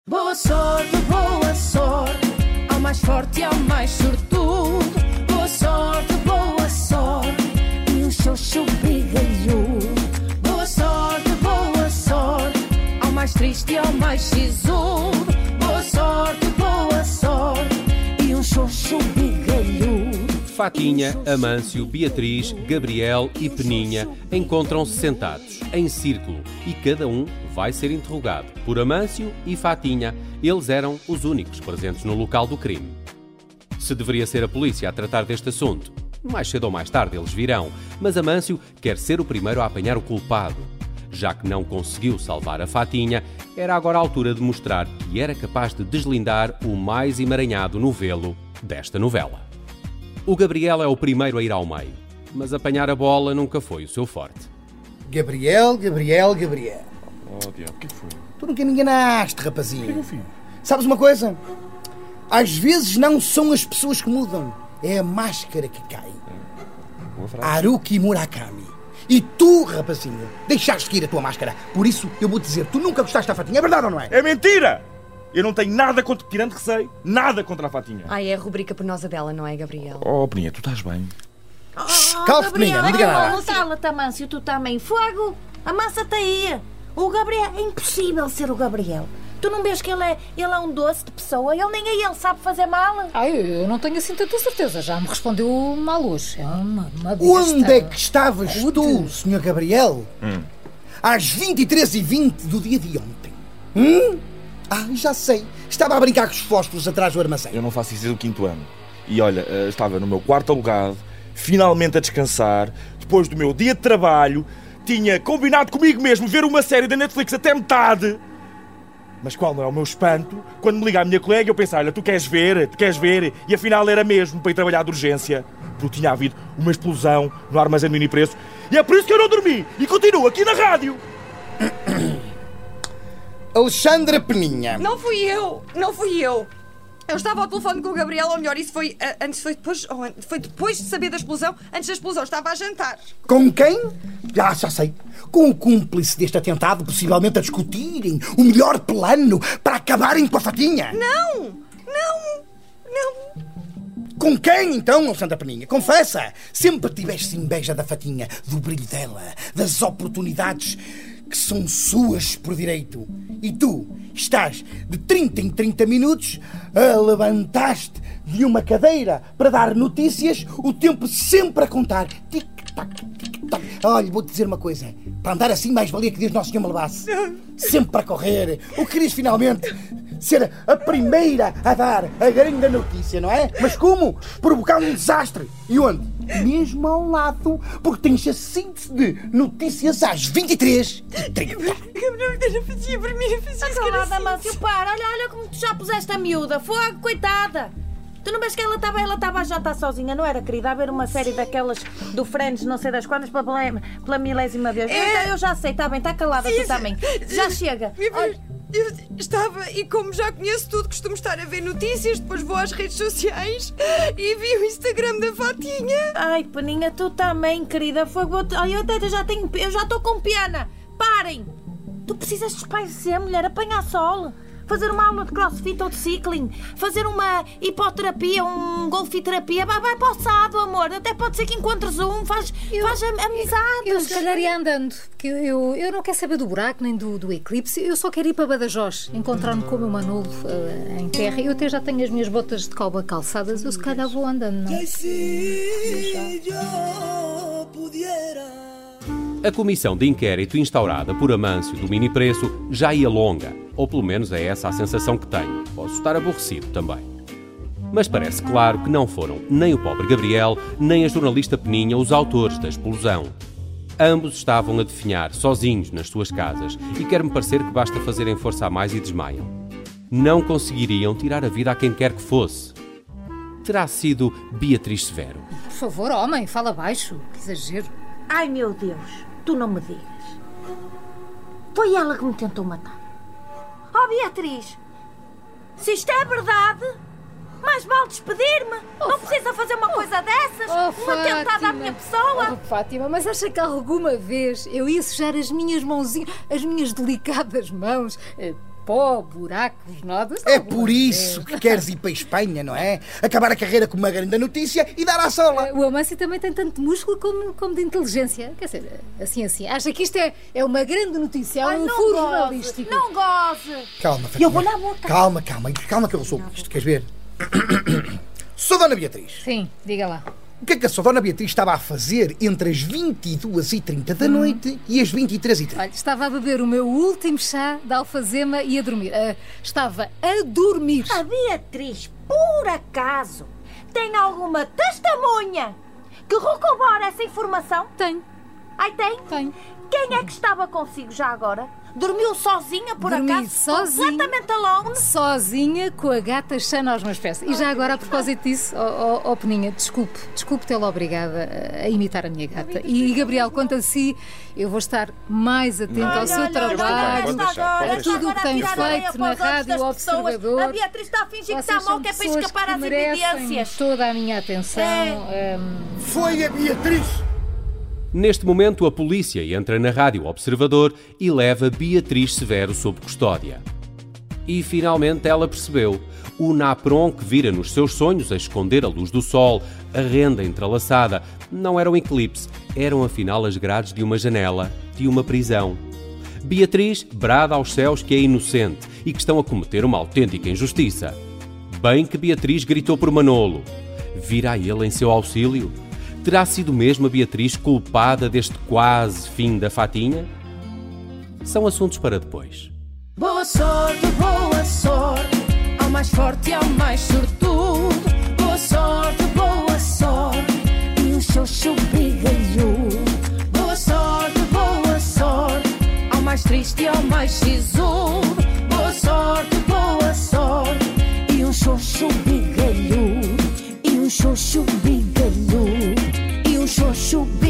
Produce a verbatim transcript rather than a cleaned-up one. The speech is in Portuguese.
Boa sorte, boa sorte, ao mais forte e ao mais sortudo. Boa sorte, boa sorte, e um xoxo brigalhudo. Boa sorte, boa sorte, ao mais triste e ao mais sisudo. Boa sorte, boa sorte, e um xoxo brigalhudo. Fatinha, Amâncio, Beatriz, Gabriel e Peninha encontram-se sentados, em círculo, e cada um vai ser interrogado por Amâncio e Fatinha. Eles eram os únicos presentes no local do crime. Se deveria ser a polícia a tratar deste assunto, mais cedo ou mais tarde eles virão, mas Amâncio quer ser o primeiro a apanhar o culpado. Já que não conseguiu salvar a Fatinha, era agora a altura de mostrar que era capaz de deslindar o mais emaranhado novelo desta novela. O Gabriel é o primeiro a ir ao meio, mas apanhar a bola nunca foi o seu forte. Gabriel, Gabriel, Gabriel. Oh, diabo, o que foi? Tu nunca me enganaste, rapazinho. O que é que eu fiz? Sabes uma coisa? Às vezes não são as pessoas que mudam, é a máscara que cai. Boa frase. Haruki Murakami. E tu, rapazinho, deixaste cair a tua máscara. Por isso, eu vou dizer, tu nunca gostaste da Fatinha, é verdade ou não é? É mentira! Eu não tenho nada contra, tirando receio, nada contra a Fatinha. Ai, é a rubrica penosa dela, não é, Gabriel? Oh, Peninha, tu estás bem? Oh, Calma, Peninha, não diga nada. Cala-te, Amâncio, tu também. Fogo! Amassa-te aí. O Gabriel, é impossível ser o Gabriel. Tu não vês que ele é, ele é um doce de pessoa? Ele nem a ele sabe fazer mal. Ai, eu não tenho assim tanta certeza. Já me respondeu uma luz. É uma, uma besta. Onde é que estavas Rude. tu, senhor Gabriel? Hum. Às vinte e três e vinte do dia de ontem. Hum? Ah, já sei. Estava a brincar com os fósforos atrás do armazém. Eu não faço isso desde o quinto ano. E olha, eh, estava no meu quarto alugado, finalmente a descansar, depois do meu dia de trabalho, tinha combinado comigo mesmo ver uma série da Netflix até metade. Mas qual não é o meu espanto quando me liga a minha colega e eu penso, olha, tu queres ver, tu queres ver, e afinal era mesmo para ir trabalhar de urgência, porque tinha havido uma explosão no armazém do Minipreço, e é por isso que eu não dormi, e continuo aqui na rádio. Alexandra Peninha. Não fui eu! Não fui eu! Eu estava ao telefone com o Gabriel, ou melhor, isso foi uh, antes, foi depois, ou, foi depois de saber da explosão. Antes da explosão, estava a jantar. Com quem? Ah, já sei. Com o cúmplice deste atentado, possivelmente a discutirem o melhor plano para acabarem com a Fatinha. Não! Não! Não! Com quem, então, Alexandra Peninha? Confessa! Sempre tiveste inveja da Fatinha, do brilho dela, das oportunidades que são suas por direito. E tu estás de trinta em trinta minutos a levantar-te de uma cadeira para dar notícias, o tempo sempre a contar. Tic-tac, tic-tac. Olha, vou-te dizer uma coisa. Para andar assim, mais valia que Deus Nosso Senhor me levasse. Sempre a correr. O que querias finalmente ser a primeira a dar a grande notícia, não é? Mas como? Provocar um desastre. E onde? Mesmo ao lado, porque tens a síntese de notícias às vinte e três e trinta. Eu fazia para mim, eu fazia isso. Calada, Amâncio, para. Olha, olha como tu já puseste a miúda. Fogo, coitada. Tu não vês que ela estava ela estava a jantar sozinha, não era, querida? A ver uma série daquelas do Friends, não sei das quantas, pela, pela milésima vez. É. Eu, eu já sei, está bem, está calada, Sim, tu também. Já chega. Olha, eu estava, e como já conheço tudo, costumo estar a ver notícias, depois vou às redes sociais e vi o Instagram da Fatinha. Ai, Peninha, tu também, querida. Fogo. Ai, eu até já tenho. Eu já estou com pena. Parem! Tu precisas de espairecer, mulher, apanhar sol. Fazer uma aula de crossfit ou de cycling. Fazer uma hipoterapia, um golfiterapia. Vai, vai para o sado, amor. Até pode ser que encontres um. Faz, Eu- faz amizades. Eu se calhar ia andando, porque eu, eu, eu não quero saber do buraco nem do, do eclipse. Eu só quero ir para Badajoz, encontrar-me com o meu Manolo eh, em terra. Eu até já tenho as minhas botas de coba calçadas. Eu se calhar vou andando, não? A comissão de inquérito instaurada por Amâncio do Minipreço já ia longa, ou pelo menos é essa a sensação que tenho. Posso estar aborrecido também. Mas parece claro que não foram nem o pobre Gabriel, nem a jornalista Peninha os autores da explosão. Ambos estavam a definhar, sozinhos, nas suas casas, e quer-me parecer que basta fazerem força a mais e desmaiam. Não conseguiriam tirar a vida a quem quer que fosse. Terá sido Beatriz Severo. Por favor, homem, fala baixo. Que exagero. Ai, meu Deus, tu não me digas. Foi ela que me tentou matar. Oh, Beatriz, se isto é verdade, mais vale despedir-me. Oh, não precisa fazer uma coisa dessas. Oh, um atentado à Fátima. minha pessoa. Oh, Fátima, mas acha que alguma vez eu ia sujar as minhas mãozinhas, as minhas delicadas mãos, eh, pó, buracos, nodas. É por isso que queres ir para a Espanha, não é? Acabar a carreira com uma grande notícia e dar à sola. O Amâncio também tem tanto de músculo como, como de inteligência. Quer dizer, assim assim. Acha que isto é, é uma grande notícia, é Ai, um não furo goze, jornalístico. não goze. Calma, Fatinha. Eu vou na boca. Calma, calma, calma que eu resolvo isto. Queres ver? Sou Dona Beatriz. Sim, diga lá. O que é que a sua Dona Beatriz estava a fazer entre as vinte e duas e trinta da noite e as vinte e três e trinta? Olha, estava a beber o meu último chá de alfazema e a dormir. Ah, estava a dormir. A Beatriz, por acaso, tem alguma testemunha que corrobora essa informação? Tem, Ai, tem? tem. Quem é que estava consigo já agora? Dormiu sozinha, por Dormi acaso? sozinha. Completamente alone? Sozinha com a gata Xana aos meus pés. E já agora, a propósito disso, ó oh, oh, Peninha, desculpe, desculpe tê-la obrigada a imitar a minha gata. E, Gabriel, quanto a si, eu vou estar mais atento ao seu trabalho, pode deixar, pode a tudo o que tem feito na Rádio Observador. A Beatriz está a fingir que Vocês está mal, são que é para pessoas escapar que às merecem evidências. toda a minha atenção. É. hum, Foi a Beatriz. Neste momento, a polícia entra na Rádio Observador e leva Beatriz Severo sob custódia. E finalmente ela percebeu. O napron que vira nos seus sonhos a esconder a luz do sol, a renda entrelaçada, não era um eclipse, eram afinal as grades de uma janela, de uma prisão. Beatriz brada aos céus que é inocente e que estão a cometer uma autêntica injustiça. Bem que Beatriz gritou por Manolo. Virá ele em seu auxílio? Terá sido mesmo a Beatriz culpada deste quase fim da Fatinha? São assuntos para depois. Boa sorte, boa sorte, ao mais forte e ao mais sortudo. Boa sorte, boa sorte, E o xoxo brigalhudo. boa sorte, boa sorte, ao mais triste e ao mais sisudo. Boa sorte, boa sorte, E um xoxo brigalhudo. E um xoxo brigalhudo. E um xoxo brigalhudo.